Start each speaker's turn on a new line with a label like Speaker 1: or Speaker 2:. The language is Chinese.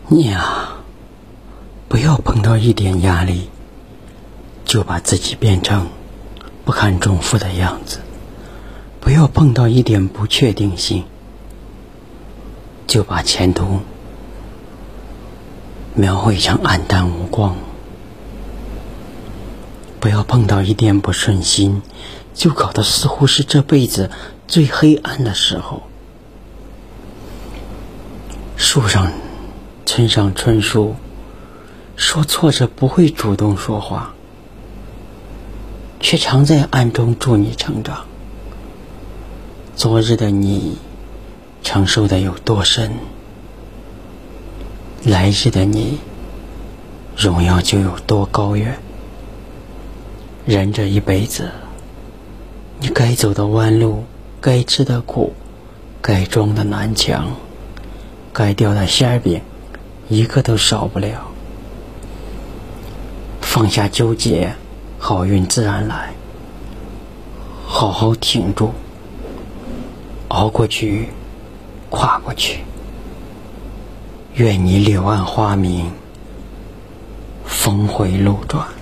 Speaker 1: 你啊，不要碰到一点压力就把自己变成不堪重负的样子，不要碰到一点不确定性就把前途描绘成黯淡无光，不要碰到一点不顺心就搞得似乎是这辈子最黑暗的时候。村上春树说，挫折不会主动说话，却常在暗中助你成长。昨日的你承受的有多深，来日的你荣耀就有多高远。人这一辈子，你该走的弯路，该吃的苦，该撞的南墙，该掉的馅饼，一个都少不了。放下纠结，好运自然来。好好挺住，熬过去，跨过去。愿你柳暗花明，峰回路转。